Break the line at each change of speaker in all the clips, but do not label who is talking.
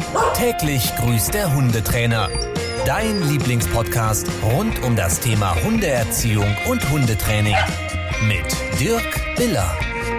Täglich grüßt der Hundetrainer. Dein Lieblingspodcast rund um das Thema Hundeerziehung und Hundetraining. Mit Dirk Biller.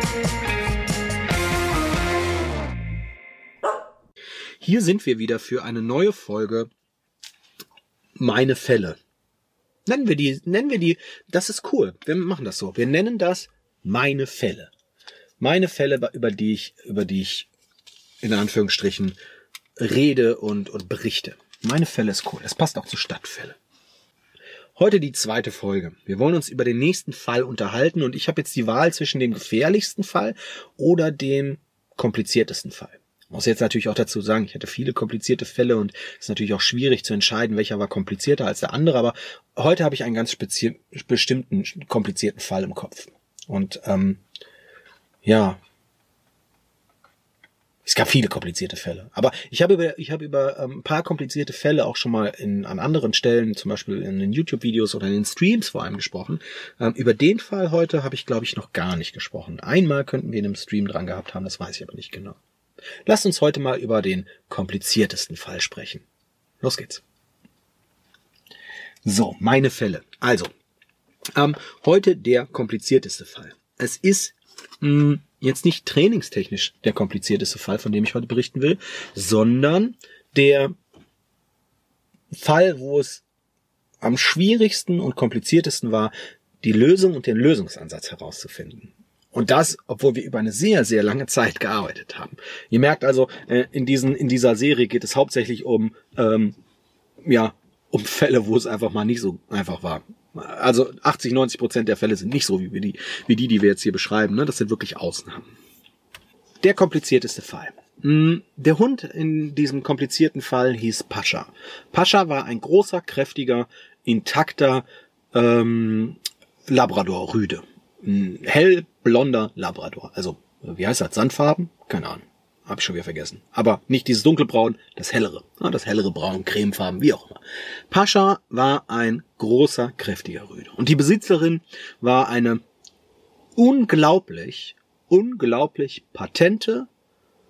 Hier sind wir wieder für eine neue Folge Meine Fälle. Nennen wir die, das ist cool. Wir machen das so. Wir nennen das Meine Fälle. Meine Fälle, über die ich in Anführungsstrichen rede und berichte. Meine Fälle ist cool. Es passt auch zu Stadtfälle. Heute die zweite Folge. Wir wollen uns über den nächsten Fall unterhalten und ich habe jetzt die Wahl zwischen dem gefährlichsten Fall oder dem kompliziertesten Fall. Ich muss jetzt natürlich auch dazu sagen, ich hatte viele komplizierte Fälle und es ist natürlich auch schwierig zu entscheiden, welcher war komplizierter als der andere, aber heute habe ich einen ganz bestimmten komplizierten Fall im Kopf. Und es gab viele komplizierte Fälle. Aber ich habe über ein paar komplizierte Fälle auch schon mal an anderen Stellen, zum Beispiel in den YouTube-Videos oder in den Streams vor allem gesprochen. Über den Fall heute habe ich, glaube ich, noch gar nicht gesprochen. Einmal könnten wir in einem Stream dran gehabt haben, das weiß ich aber nicht genau. Lasst uns heute mal über den kompliziertesten Fall sprechen. Los geht's. So, meine Fälle. Also, heute der komplizierteste Fall. Es ist jetzt nicht trainingstechnisch der komplizierteste Fall, von dem ich heute berichten will, sondern der Fall, wo es am schwierigsten und kompliziertesten war, die Lösung und den Lösungsansatz herauszufinden. Und das, obwohl wir über eine sehr, sehr lange Zeit gearbeitet haben. Ihr merkt also, in dieser Serie geht es hauptsächlich um Fälle, wo es einfach mal nicht so einfach war. Also 80-90% der Fälle sind nicht so wie die wir jetzt hier beschreiben. Ne? Das sind wirklich Ausnahmen. Der komplizierteste Fall. Der Hund in diesem komplizierten Fall hieß Pascha. Pascha war ein großer, kräftiger, intakter Labrador-Rüde. Ein hellblonder Labrador. Also, wie heißt das? Sandfarben? Keine Ahnung. Hab ich schon wieder vergessen. Aber nicht dieses dunkelbraun, das hellere. Das hellere Braun, cremefarben, wie auch immer. Pascha war ein großer, kräftiger Rüde. Und die Besitzerin war eine unglaublich patente,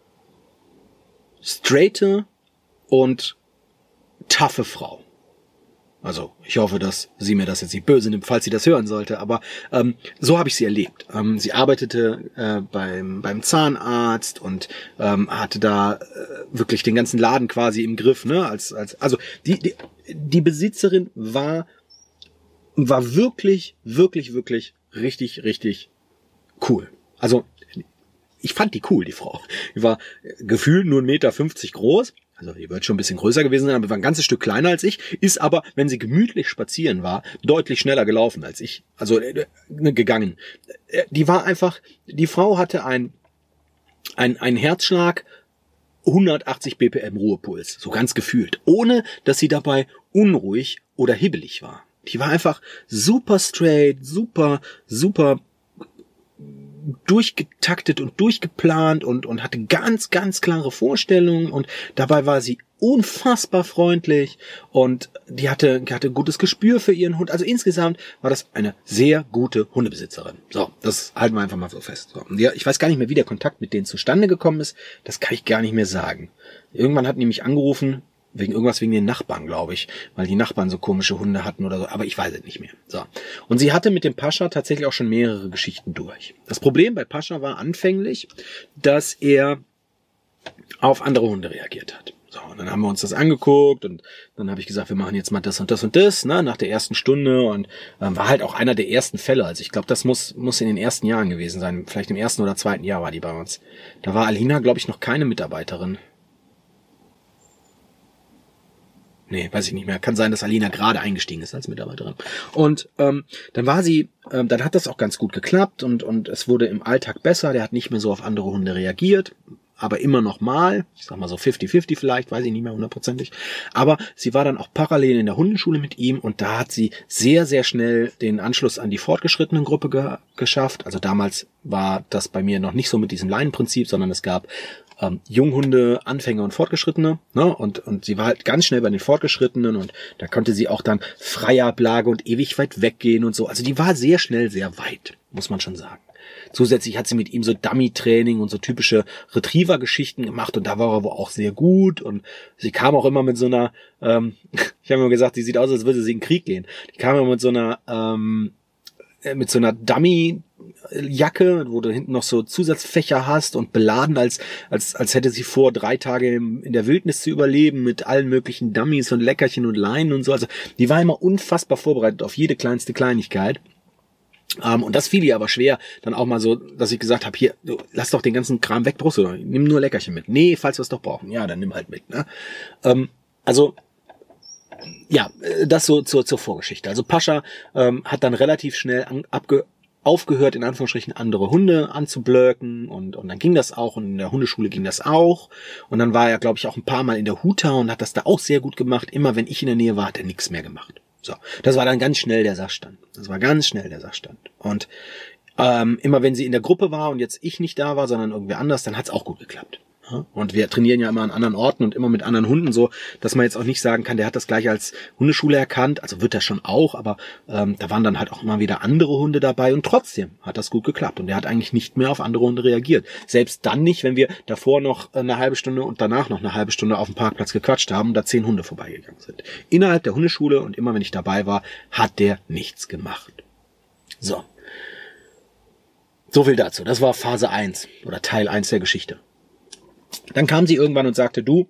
straighte und taffe Frau. Also, ich hoffe, dass sie mir das jetzt nicht böse nimmt, falls sie das hören sollte, aber so habe ich sie erlebt. Sie arbeitete beim Zahnarzt und hatte da wirklich den ganzen Laden quasi im Griff, ne? Also die Besitzerin war wirklich richtig cool. Also, ich fand die cool, die Frau. Die war gefühlt nur 1,50 Meter groß. Also die wird schon ein bisschen größer gewesen sein, aber war ein ganzes Stück kleiner als ich, ist aber, wenn sie gemütlich spazieren war, deutlich schneller gelaufen als ich. Also gegangen. Die Frau hatte einen Herzschlag 180 BPM Ruhepuls, so ganz gefühlt, ohne dass sie dabei unruhig oder hibbelig war. Die war einfach super straight, super durchgetaktet und durchgeplant und hatte ganz klare Vorstellungen und dabei war sie unfassbar freundlich und die hatte gutes Gespür für ihren Hund. Also insgesamt war das eine sehr gute Hundebesitzerin. So, das halten wir einfach mal so fest. So, ja, ich weiß gar nicht mehr, wie der Kontakt mit denen zustande gekommen ist. Das kann ich gar nicht mehr sagen. Irgendwann hat die mich angerufen, wegen den Nachbarn, glaube ich, weil die Nachbarn so komische Hunde hatten oder so, aber ich weiß es nicht mehr. So. Und sie hatte mit dem Pascha tatsächlich auch schon mehrere Geschichten durch. Das Problem bei Pascha war anfänglich, dass er auf andere Hunde reagiert hat. So, und dann haben wir uns das angeguckt und dann habe ich gesagt, wir machen jetzt mal das und das und das, ne, nach der ersten Stunde und war halt auch einer der ersten Fälle. Also ich glaube, das muss in den ersten Jahren gewesen sein. Vielleicht im ersten oder zweiten Jahr war die bei uns. Da war Alina, glaube ich, noch keine Mitarbeiterin. Nee, weiß ich nicht mehr. Kann sein, dass Alina gerade eingestiegen ist als Mitarbeiterin. Und dann hat das auch ganz gut geklappt und es wurde im Alltag besser. Der hat nicht mehr so auf andere Hunde reagiert, aber immer noch mal, ich sag mal so 50-50 vielleicht, weiß ich nicht mehr hundertprozentig. Aber sie war dann auch parallel in der Hundeschule mit ihm und da hat sie sehr, sehr schnell den Anschluss an die fortgeschrittenen Gruppe geschafft. Also damals war das bei mir noch nicht so mit diesem Leinenprinzip, sondern es gab Junghunde, Anfänger und Fortgeschrittene, ne? Und sie war halt ganz schnell bei den Fortgeschrittenen und da konnte sie auch dann Freiablage und ewig weit weggehen und so. Also die war sehr schnell sehr weit, muss man schon sagen. zusätzlich hat sie mit ihm so Dummy-Training und so typische Retriever-Geschichten gemacht und da war er wohl auch sehr gut und sie kam auch immer mit so einer, ich habe immer gesagt, die sieht aus, als würde sie in den Krieg gehen. Die kam immer mit so einer Dummy-Jacke, wo du hinten noch so Zusatzfächer hast und beladen, als hätte sie vor, 3 Tage in der Wildnis zu überleben mit allen möglichen Dummies und Leckerchen und Leinen und so. Also die war immer unfassbar vorbereitet auf jede kleinste Kleinigkeit. Und das fiel ihr aber schwer, dann auch mal so, dass ich gesagt habe, hier, du, lass doch den ganzen Kram weg, brauchst du doch, nimm nur Leckerchen mit. Nee, falls wir es doch brauchen. Ja, dann nimm halt mit. Ne? Ja, das so zur Vorgeschichte. Also Pascha hat dann relativ schnell aufgehört, in Anführungsstrichen, andere Hunde anzublöken und dann ging das auch und in der Hundeschule ging das auch und dann war er, glaube ich, auch ein paar Mal in der Huta und hat das da auch sehr gut gemacht. Immer wenn ich in der Nähe war, hat er nichts mehr gemacht. So, das war dann ganz schnell der Sachstand. Und immer wenn sie in der Gruppe war und jetzt ich nicht da war, sondern irgendwer anders, dann hat's auch gut geklappt. Und wir trainieren ja immer an anderen Orten und immer mit anderen Hunden, so dass man jetzt auch nicht sagen kann, der hat das gleich als Hundeschule erkannt, also wird er schon auch, aber da waren dann halt auch immer wieder andere Hunde dabei und trotzdem hat das gut geklappt und er hat eigentlich nicht mehr auf andere Hunde reagiert. Selbst dann nicht, wenn wir davor noch eine halbe Stunde und danach noch eine halbe Stunde auf dem Parkplatz gequatscht haben und da 10 Hunde vorbeigegangen sind. Innerhalb der Hundeschule und immer wenn ich dabei war, hat der nichts gemacht. So viel dazu. Das war Phase 1 oder Teil 1 der Geschichte. Dann kam sie irgendwann und sagte, du,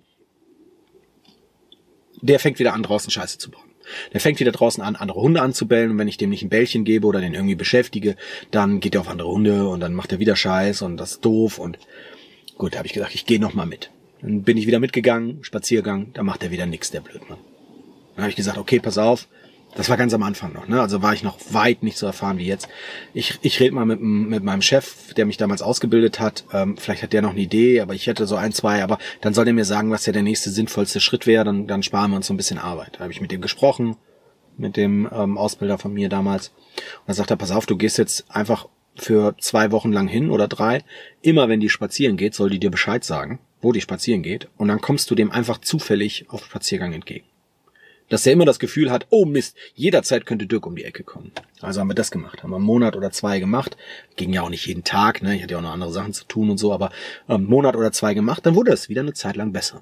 der fängt wieder an, draußen Scheiße zu bauen. Der fängt wieder draußen an, andere Hunde anzubellen und wenn ich dem nicht ein Bällchen gebe oder den irgendwie beschäftige, dann geht er auf andere Hunde und dann macht er wieder Scheiß und das ist doof und gut, da habe ich gedacht, ich gehe nochmal mit. Dann bin ich wieder mitgegangen, Spaziergang, da macht er wieder nix, der Blödmann. Dann habe ich gesagt, okay, pass auf, das war ganz am Anfang noch, ne? Also war ich noch weit nicht so erfahren wie jetzt. Ich rede mal mit meinem Chef, der mich damals ausgebildet hat. Vielleicht hat der noch eine Idee, aber ich hätte so 1, 2. Aber dann soll der mir sagen, was ja der nächste sinnvollste Schritt wäre. Dann sparen wir uns so ein bisschen Arbeit. Da habe ich mit dem gesprochen, mit dem Ausbilder von mir damals. Und da sagt er, pass auf, du gehst jetzt einfach für 2 Wochen lang hin oder 3. Immer wenn die spazieren geht, soll die dir Bescheid sagen, wo die spazieren geht. Und dann kommst du dem einfach zufällig auf Spaziergang entgegen. Dass er immer das Gefühl hat, oh Mist, jederzeit könnte Dirk um die Ecke kommen. Also haben wir das gemacht, haben wir 1 Monat oder 2 gemacht. Ging ja auch nicht jeden Tag, ne? Ich hatte ja auch noch andere Sachen zu tun und so, aber 1 Monat oder 2 gemacht, dann wurde es wieder eine Zeit lang besser.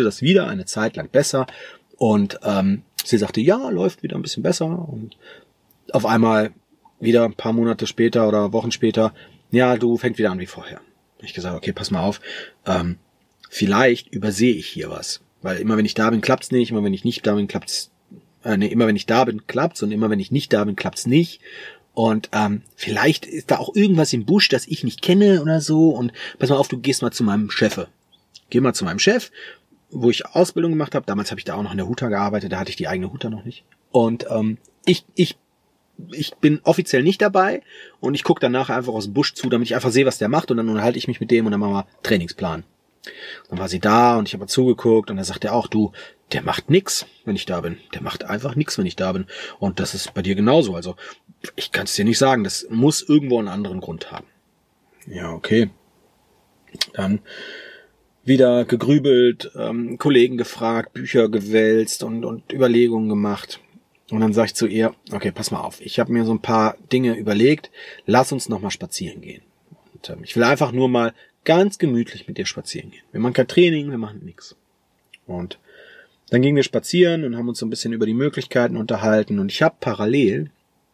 Und sie sagte, ja, läuft wieder ein bisschen besser. Und auf einmal wieder ein paar Monate später oder Wochen später, ja, du fängst wieder an wie vorher. Ich gesagt, okay, pass mal auf, vielleicht übersehe ich hier was. Weil immer wenn ich da bin, klappt's nicht, immer wenn ich nicht da bin, klappt's, immer wenn ich da bin, klappt's und immer wenn ich nicht da bin, klappt's nicht. Und vielleicht ist da auch irgendwas im Busch, das ich nicht kenne oder so. Und pass mal auf, du gehst mal zu meinem Chef. Geh mal zu meinem Chef, wo ich Ausbildung gemacht habe. Damals habe ich da auch noch in der Huta gearbeitet, da hatte ich die eigene Huta noch nicht. Und ich bin offiziell nicht dabei und ich gucke danach einfach aus dem Busch zu, damit ich einfach sehe, was der macht und dann unterhalte ich mich mit dem und dann machen wir Trainingsplan. Dann war sie da und ich habe zugeguckt und dann sagt er auch, du, der macht nix, wenn ich da bin. Der macht einfach nix, wenn ich da bin. Und das ist bei dir genauso. Also ich kann es dir nicht sagen, das muss irgendwo einen anderen Grund haben. Ja, okay. Dann wieder gegrübelt, Kollegen gefragt, Bücher gewälzt und Überlegungen gemacht. Und dann sage ich zu ihr, okay, pass mal auf, ich habe mir so ein paar Dinge überlegt, lass uns noch mal spazieren gehen. Und ich will einfach nur mal ganz gemütlich mit dir spazieren gehen. Wir machen kein Training, wir machen nichts. Und dann gingen wir spazieren und haben uns so ein bisschen über die Möglichkeiten unterhalten. Und ich habe parallel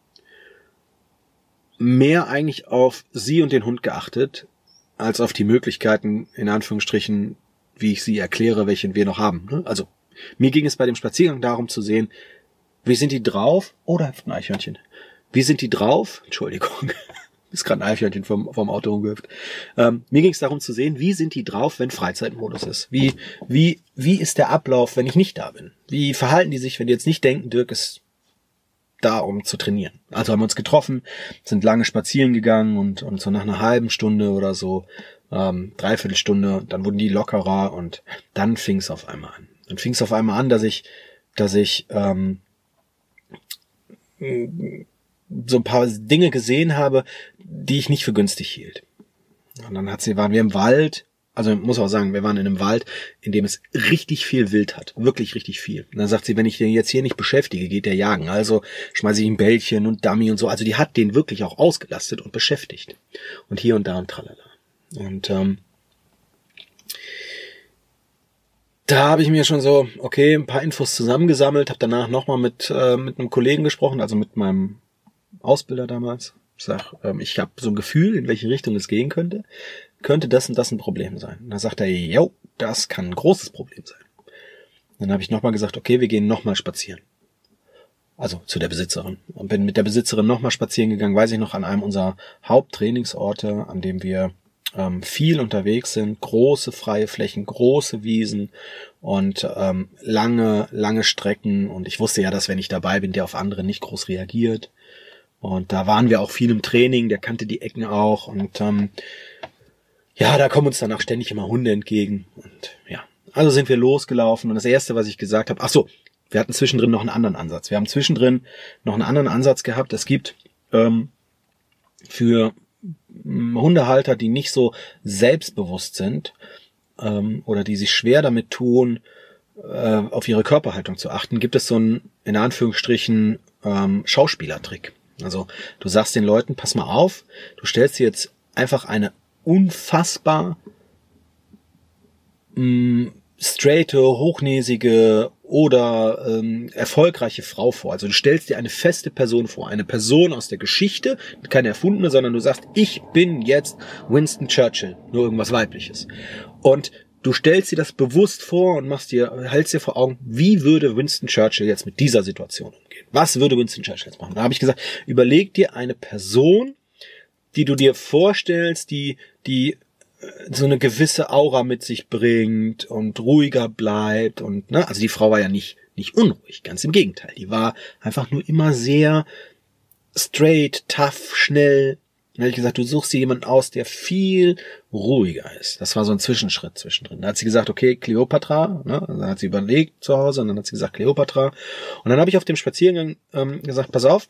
mehr eigentlich auf sie und den Hund geachtet, als auf die Möglichkeiten, in Anführungsstrichen, wie ich sie erkläre, welche wir noch haben. Also mir ging es bei dem Spaziergang darum zu sehen, wie sind die drauf? Oh, da hüpft ein Eichhörnchen. Wie sind die drauf? Entschuldigung. Ist gerade ein Eichhörnchen vom Auto umgehüpft. Mir ging es darum zu sehen, wie sind die drauf, wenn Freizeitmodus ist? Wie ist der Ablauf, wenn ich nicht da bin? Wie verhalten die sich, wenn die jetzt nicht denken, Dirk ist da, um zu trainieren? Also haben wir uns getroffen, sind lange spazieren gegangen und so nach einer halben Stunde oder so, 3/4 Stunde, dann wurden die lockerer und dann fing es auf einmal an. Dann fing es auf einmal an, dass ich so ein paar Dinge gesehen habe, die ich nicht für günstig hielt. Und dann waren wir im Wald Also muss auch sagen, wir waren in einem Wald, in dem es richtig viel Wild hat. Wirklich richtig viel. Und dann sagt sie, wenn ich den jetzt hier nicht beschäftige, geht der jagen. Also schmeiße ich ihm Bällchen und Dummy und so. Also die hat den wirklich auch ausgelastet und beschäftigt. Und hier und da und tralala. Und da habe ich mir schon so, okay, ein paar Infos zusammengesammelt, habe danach nochmal mit einem Kollegen gesprochen, also mit meinem Ausbilder damals. Ich sag, ich habe so ein Gefühl, in welche Richtung es gehen könnte. Könnte das und das ein Problem sein? Und dann sagt er, jo, das kann ein großes Problem sein. Dann habe ich nochmal gesagt, okay, wir gehen nochmal spazieren. Also zu der Besitzerin. Und bin mit der Besitzerin nochmal spazieren gegangen, weiß ich noch, an einem unserer Haupttrainingsorte, an dem wir viel unterwegs sind, große freie Flächen, große Wiesen und lange Strecken. Und ich wusste ja, dass wenn ich dabei bin, der auf andere nicht groß reagiert. Und da waren wir auch viel im Training, der kannte die Ecken auch. Und ja, da kommen uns danach ständig immer Hunde entgegen. Und ja, also sind wir losgelaufen. Und das Erste, was ich gesagt habe, ach so, wir hatten zwischendrin noch einen anderen Ansatz. Wir haben zwischendrin noch einen anderen Ansatz gehabt. Es gibt für Hundehalter, die nicht so selbstbewusst sind oder die sich schwer damit tun, auf ihre Körperhaltung zu achten, gibt es so einen, in Anführungsstrichen, Schauspielertrick. Also du sagst den Leuten, pass mal auf, du stellst dir jetzt einfach eine unfassbar straighte, hochnäsige oder erfolgreiche Frau vor. Also du stellst dir eine feste Person vor, eine Person aus der Geschichte, keine erfundene, sondern du sagst, ich bin jetzt Winston Churchill, nur irgendwas Weibliches. Und du stellst dir das bewusst vor und hältst dir vor Augen, wie würde Winston Churchill jetzt mit dieser Situation umgehen? Was würde Winston Churchill jetzt machen? Da habe ich gesagt, überleg dir eine Person, die du dir vorstellst, die so eine gewisse Aura mit sich bringt und ruhiger bleibt und also die Frau war ja nicht unruhig, ganz im Gegenteil, die war einfach nur immer sehr straight, tough, schnell. Dann habe ich gesagt, du suchst dir jemanden aus, der viel ruhiger ist. Das war so ein Zwischenschritt zwischendrin. Da hat sie gesagt, okay, Kleopatra, dann hat sie überlegt zu Hause und dann hat sie gesagt Kleopatra und dann habe ich auf dem Spaziergang gesagt, pass auf,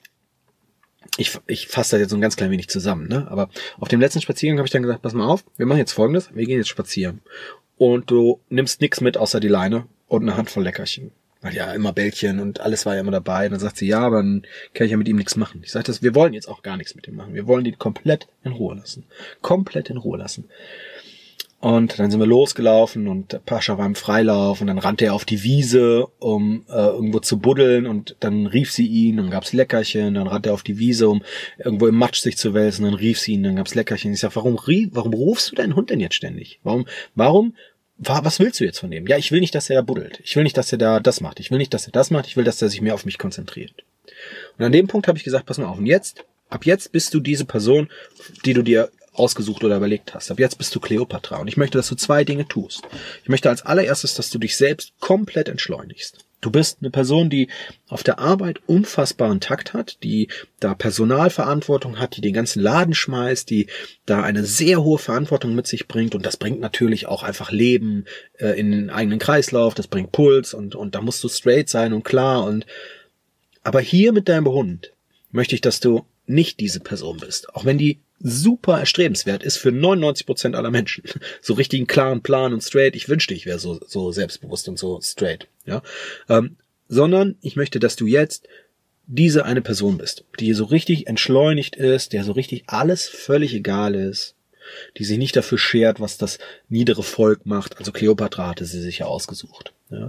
ich fasse das jetzt so ein ganz klein wenig zusammen, aber auf dem letzten Spaziergang habe ich dann gesagt, pass mal auf, wir machen jetzt Folgendes, wir gehen jetzt spazieren und du nimmst nichts mit außer die Leine und eine Handvoll Leckerchen. Weil ja immer Bällchen und alles war ja immer dabei. Und dann sagt sie, ja, aber dann kann ich ja mit ihm nichts machen. Ich sage, wir wollen jetzt auch gar nichts mit ihm machen. Wir wollen ihn komplett in Ruhe lassen. Komplett in Ruhe lassen. Und dann sind wir losgelaufen und Pascha war im Freilauf und dann rannte er auf die Wiese, um irgendwo zu buddeln und dann rief sie ihn, dann gab's Leckerchen, dann rannte er auf die Wiese, um irgendwo im Matsch sich zu wälzen, dann rief sie ihn, dann gab's Leckerchen. Ich sag, warum rufst du deinen Hund denn jetzt ständig? Was willst du jetzt von dem? Ja, ich will nicht, dass er da buddelt. Ich will nicht, dass er da das macht. Ich will nicht, dass er das macht. Ich will, dass er sich mehr auf mich konzentriert. Und an dem Punkt habe ich gesagt, pass mal auf. Und ab jetzt bist du diese Person, die du dir ausgesucht oder überlegt hast. Ab jetzt bist du Kleopatra. Und ich möchte, dass du 2 Dinge tust. Ich möchte als allererstes, dass du dich selbst komplett entschleunigst. Du bist eine Person, die auf der Arbeit unfassbaren Takt hat, die da Personalverantwortung hat, die den ganzen Laden schmeißt, die da eine sehr hohe Verantwortung mit sich bringt. Und das bringt natürlich auch einfach Leben in den eigenen Kreislauf, das bringt Puls und da musst du straight sein und klar. Aber hier mit deinem Hund möchte ich, dass du nicht diese Person bist. Auch wenn die super erstrebenswert ist für 99% aller Menschen. So richtig einen klaren Plan und straight. Ich wünschte, ich wäre so selbstbewusst und so straight. Ja, sondern ich möchte, dass du jetzt diese eine Person bist, die so richtig entschleunigt ist, der so richtig alles völlig egal ist, die sich nicht dafür schert, was das niedere Volk macht. Also Kleopatra hatte sie sich ja ausgesucht. Ja.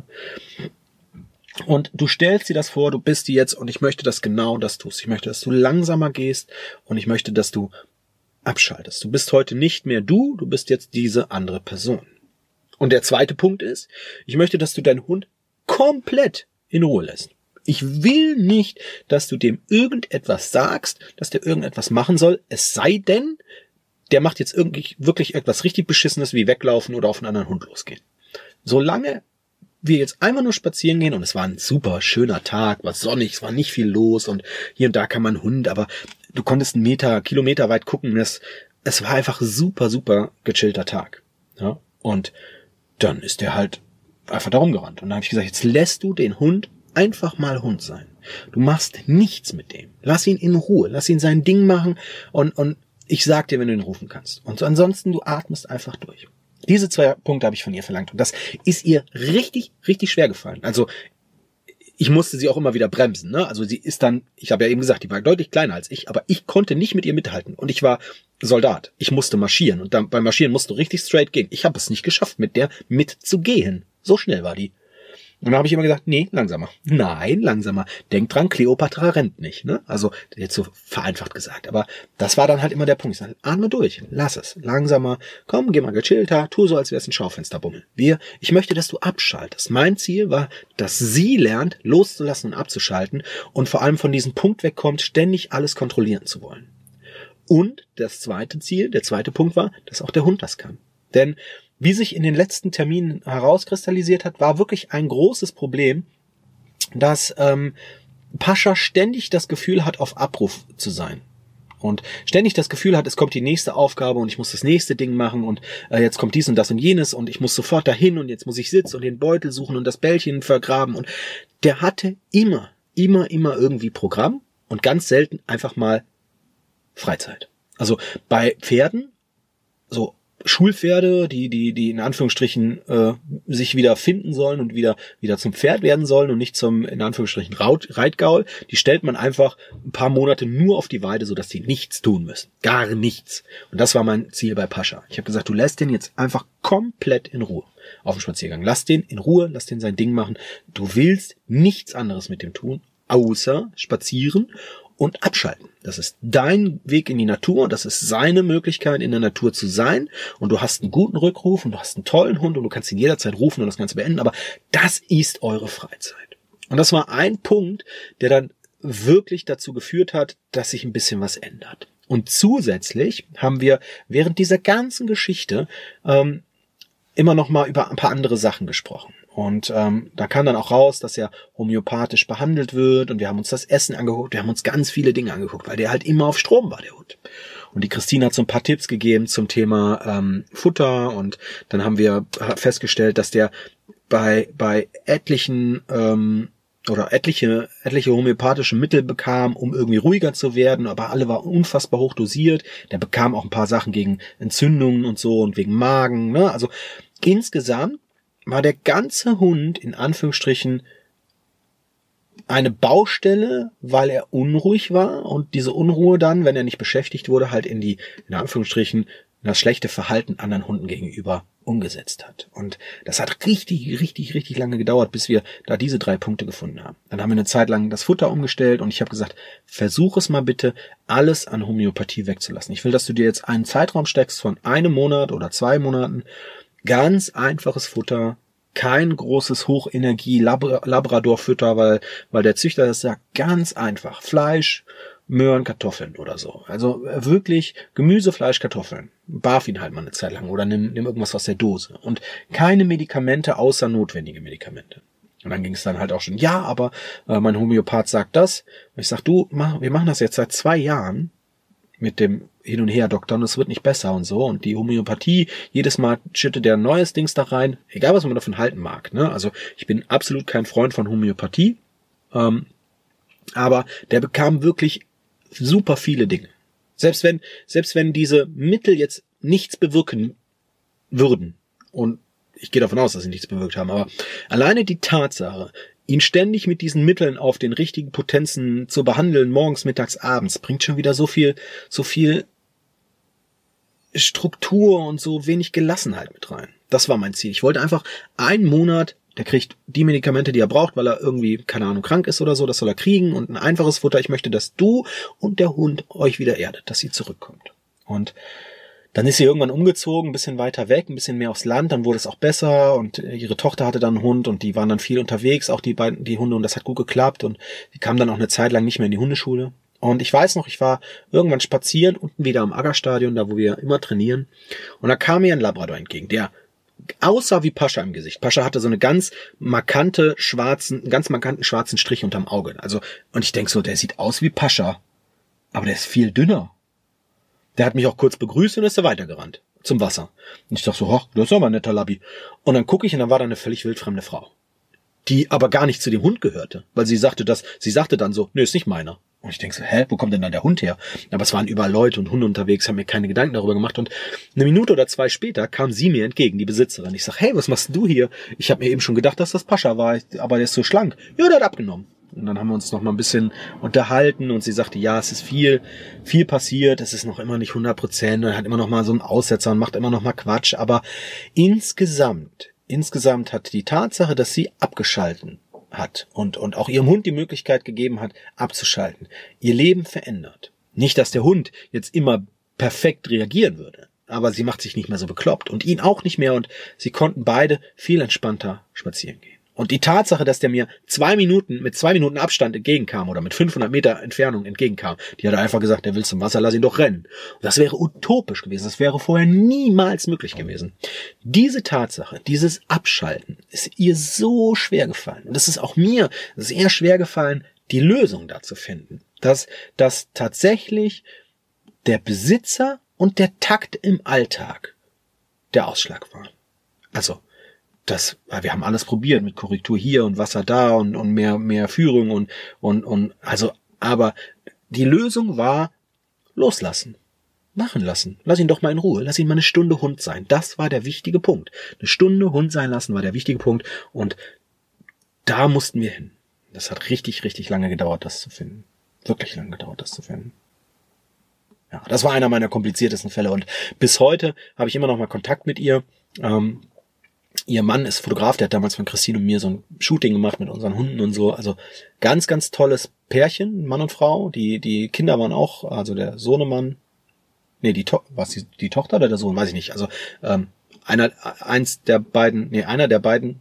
Und du stellst dir das vor, du bist die jetzt und ich möchte, dass genau das tust. Ich möchte, dass du langsamer gehst und ich möchte, dass du abschaltest. Du bist heute nicht mehr du bist jetzt diese andere Person. Und der zweite Punkt ist, ich möchte, dass du deinen Hund komplett in Ruhe lässt. Ich will nicht, dass du dem irgendetwas sagst, dass der irgendetwas machen soll, es sei denn, der macht jetzt wirklich etwas richtig Beschissenes wie weglaufen oder auf einen anderen Hund losgehen. Solange wir jetzt einfach nur spazieren gehen und es war ein super schöner Tag, war sonnig, es war nicht viel los und hier und da kam ein Hund, aber du konntest Kilometer weit gucken, es war einfach super, super gechillter Tag. Ja? Und dann ist der halt einfach da rumgerannt. Und dann habe ich gesagt, jetzt lässt du den Hund einfach mal Hund sein. Du machst nichts mit dem. Lass ihn in Ruhe, lass ihn sein Ding machen und ich sag dir, wenn du ihn rufen kannst. Und ansonsten, du atmest einfach durch. Diese 2 Punkte habe ich von ihr verlangt. Und das ist ihr richtig, richtig schwer gefallen. Also ich musste sie auch immer wieder bremsen. Ne? Also sie ist dann, ich habe ja eben gesagt, die war deutlich kleiner als ich, aber ich konnte nicht mit ihr mithalten. Und ich war Soldat. Ich musste marschieren. Und dann beim Marschieren musst du richtig straight gehen. Ich habe es nicht geschafft, mit der mitzugehen. So schnell war die. Und da habe ich immer gesagt, nee, langsamer. Nein, langsamer. Denk dran, Kleopatra rennt nicht. Ne? Also jetzt so vereinfacht gesagt. Aber das war dann halt immer der Punkt. Ich sage, atme durch, lass es. Langsamer, komm, geh mal gechillter, tu so, als wär's ein Schaufensterbummel. Ich möchte, dass du abschaltest. Mein Ziel war, dass sie lernt, loszulassen und abzuschalten und vor allem von diesem Punkt wegkommt, ständig alles kontrollieren zu wollen. Und das zweite Ziel, der zweite Punkt war, dass auch der Hund das kann. Denn wie sich in den letzten Terminen herauskristallisiert hat, war wirklich ein großes Problem, dass Pascha ständig das Gefühl hat, auf Abruf zu sein. Und ständig das Gefühl hat, es kommt die nächste Aufgabe und ich muss das nächste Ding machen und jetzt kommt dies und das und jenes und ich muss sofort dahin und jetzt muss ich sitzen und den Beutel suchen und das Bällchen vergraben. Und der hatte immer irgendwie Programm und ganz selten einfach mal Freizeit. Also bei Pferden, so Schulpferde, die in Anführungsstrichen sich wieder finden sollen und wieder zum Pferd werden sollen und nicht zum, in Anführungsstrichen, Reitgaul, die stellt man einfach ein paar Monate nur auf die Weide, sodass die nichts tun müssen. Gar nichts. Und das war mein Ziel bei Pascha. Ich habe gesagt, du lässt den jetzt einfach komplett in Ruhe auf dem Spaziergang. Lass den in Ruhe, lass den sein Ding machen. Du willst nichts anderes mit dem tun, außer spazieren und abschalten. Das ist dein Weg in die Natur, das ist seine Möglichkeit, in der Natur zu sein und du hast einen guten Rückruf und du hast einen tollen Hund und du kannst ihn jederzeit rufen und das Ganze beenden, aber das ist eure Freizeit. Und das war ein Punkt, der dann wirklich dazu geführt hat, dass sich ein bisschen was ändert. Und zusätzlich haben wir während dieser ganzen Geschichte immer noch mal über ein paar andere Sachen gesprochen. Und da kam dann auch raus, dass er homöopathisch behandelt wird und wir haben uns das Essen angeguckt, wir haben uns ganz viele Dinge angeguckt, weil der halt immer auf Strom war, der Hund. Und die Christine hat so ein paar Tipps gegeben zum Thema Futter und dann haben wir festgestellt, dass der bei etlichen oder etliche homöopathische Mittel bekam, um irgendwie ruhiger zu werden, aber alle waren unfassbar hoch dosiert. Der bekam auch ein paar Sachen gegen Entzündungen und so und wegen Magen. Ne? Also insgesamt war der ganze Hund in Anführungsstrichen eine Baustelle, weil er unruhig war und diese Unruhe dann, wenn er nicht beschäftigt wurde, halt in Anführungsstrichen, das schlechte Verhalten anderen Hunden gegenüber umgesetzt hat. Und das hat richtig lange gedauert, bis wir da diese 3 Punkte gefunden haben. Dann haben wir eine Zeit lang das Futter umgestellt und ich habe gesagt, versuch es mal bitte, alles an Homöopathie wegzulassen. Ich will, dass du dir jetzt einen Zeitraum steckst von 1 Monat oder 2 Monaten, ganz einfaches Futter, kein großes Hochenergie-Labrador-Futter, weil der Züchter das sagt, ganz einfach. Fleisch, Möhren, Kartoffeln oder so. Also wirklich Gemüse, Fleisch, Kartoffeln. Barf ihn halt mal eine Zeit lang oder nimm irgendwas aus der Dose. Und keine Medikamente außer notwendige Medikamente. Und dann ging es dann halt auch schon, ja, aber mein Homöopath sagt das. Und ich sag, wir machen das jetzt seit 2 Jahren mit dem Hin- und Her-Doktor und es wird nicht besser und so. Und die Homöopathie, jedes Mal schüttet der ein neues Dings da rein, egal was man davon halten mag. Ne? Also ich bin absolut kein Freund von Homöopathie, aber der bekam wirklich super viele Dinge. Selbst wenn diese Mittel jetzt nichts bewirken würden, und ich gehe davon aus, dass sie nichts bewirkt haben, aber alleine die Tatsache, ihn ständig mit diesen Mitteln auf den richtigen Potenzen zu behandeln, morgens, mittags, abends, bringt schon wieder so viel Struktur und so wenig Gelassenheit mit rein. Das war mein Ziel. Ich wollte einfach 1 Monat, der kriegt die Medikamente, die er braucht, weil er irgendwie, keine Ahnung, krank ist oder so, das soll er kriegen und ein einfaches Futter. Ich möchte, dass du und der Hund euch wieder erdet, dass sie zurückkommt. Und dann ist sie irgendwann umgezogen, ein bisschen weiter weg, ein bisschen mehr aufs Land, dann wurde es auch besser und ihre Tochter hatte dann einen Hund und die waren dann viel unterwegs, auch die Hunde, und das hat gut geklappt und die kamen dann auch eine Zeit lang nicht mehr in die Hundeschule. Und ich weiß noch, ich war irgendwann spazieren, unten wieder am Aggerstadion, da wo wir immer trainieren, und da kam mir ein Labrador entgegen, der aussah wie Pascha im Gesicht. Pascha hatte so eine ganz markanten schwarzen Strich unterm Auge. Also, und ich denk so, der sieht aus wie Pascha, aber der ist viel dünner. Der hat mich auch kurz begrüßt und ist weitergerannt zum Wasser. Und ich dachte so, das ist aber ein netter Labby. Und dann gucke ich und dann war da eine völlig wildfremde Frau, die aber gar nicht zu dem Hund gehörte, weil sie sagte dann so, nee, ist nicht meiner. Und ich denke so, wo kommt denn dann der Hund her? Aber es waren überall Leute und Hunde unterwegs, haben mir keine Gedanken darüber gemacht. Und 1 Minute oder 2 später kam sie mir entgegen, die Besitzerin. Ich sag, hey, was machst du hier? Ich habe mir eben schon gedacht, dass das Pascha war, aber der ist so schlank. Ja, der hat abgenommen. Und dann haben wir uns noch mal ein bisschen unterhalten und sie sagte, ja, es ist viel passiert, es ist noch immer nicht 100%, er hat immer noch mal so einen Aussetzer und macht immer noch mal Quatsch. Aber insgesamt hat die Tatsache, dass sie abgeschalten hat und auch ihrem Hund die Möglichkeit gegeben hat, abzuschalten, ihr Leben verändert. Nicht, dass der Hund jetzt immer perfekt reagieren würde, aber sie macht sich nicht mehr so bekloppt und ihn auch nicht mehr und sie konnten beide viel entspannter spazieren gehen. Und die Tatsache, dass der mir mit 2 Minuten Abstand entgegenkam oder mit 500 Meter Entfernung entgegenkam, die hat einfach gesagt, der will zum Wasser, lass ihn doch rennen. Und das wäre utopisch gewesen, das wäre vorher niemals möglich gewesen. Diese Tatsache, dieses Abschalten, ist ihr so schwer gefallen. Und es ist auch mir sehr schwer gefallen, die Lösung da zu finden. Dass tatsächlich der Besitzer und der Takt im Alltag der Ausschlag waren. Also, wir haben alles probiert mit Korrektur hier und Wasser da und mehr Führung und aber die Lösung war loslassen, machen lassen. Lass ihn doch mal in Ruhe, lass ihn mal 1 Stunde Hund sein. Das war der wichtige Punkt. 1 Stunde Hund sein lassen war der wichtige Punkt und da mussten wir hin. Das hat richtig, richtig lange gedauert, das zu finden. Wirklich lange gedauert, das zu finden. Ja, das war einer meiner kompliziertesten Fälle und bis heute habe ich immer noch mal Kontakt mit ihr. Ihr Mann ist Fotograf, der hat damals von Christine und mir so ein Shooting gemacht mit unseren Hunden und so. Also ganz, ganz tolles Pärchen, Mann und Frau. Die Kinder waren auch, also der Sohnemann, die Tochter oder der Sohn, weiß ich nicht. Also einer der beiden,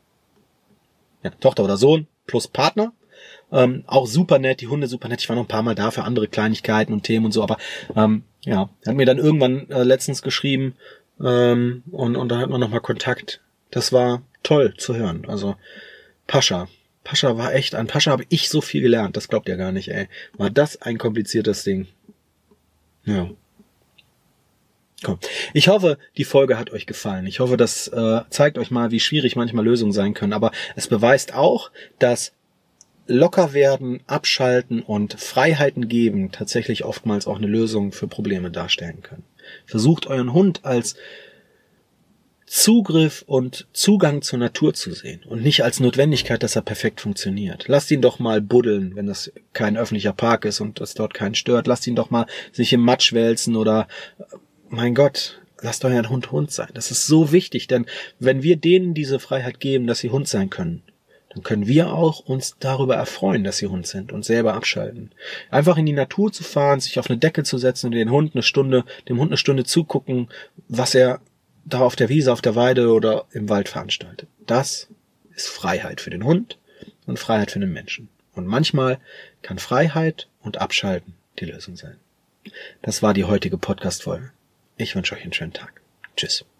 ja, Tochter oder Sohn plus Partner. Auch super nett, die Hunde super nett. Ich war noch ein paar Mal da für andere Kleinigkeiten und Themen und so. Aber er hat mir dann irgendwann letztens geschrieben, und da hat man nochmal Kontakt. Das war toll zu hören. Also Pascha war echt, an Pascha habe ich so viel gelernt, das glaubt ihr gar nicht, ey. War das ein kompliziertes Ding. Ja. Komm. Ich hoffe, die Folge hat euch gefallen. Ich hoffe, das zeigt euch mal, wie schwierig manchmal Lösungen sein können. Aber es beweist auch, dass locker werden, abschalten und Freiheiten geben tatsächlich oftmals auch eine Lösung für Probleme darstellen können. Versucht euren Hund als Zugriff und Zugang zur Natur zu sehen und nicht als Notwendigkeit, dass er perfekt funktioniert. Lasst ihn doch mal buddeln, wenn das kein öffentlicher Park ist und das dort keinen stört. Lasst ihn doch mal sich im Matsch wälzen oder, mein Gott, lasst euren Hund sein. Das ist so wichtig, denn wenn wir denen diese Freiheit geben, dass sie Hund sein können, dann können wir auch uns darüber erfreuen, dass sie Hund sind und selber abschalten. Einfach in die Natur zu fahren, sich auf eine Decke zu setzen und dem Hund eine Stunde zugucken, was er da auf der Wiese, auf der Weide oder im Wald veranstaltet. Das ist Freiheit für den Hund und Freiheit für den Menschen. Und manchmal kann Freiheit und Abschalten die Lösung sein. Das war die heutige Podcast-Folge. Ich wünsche euch einen schönen Tag. Tschüss.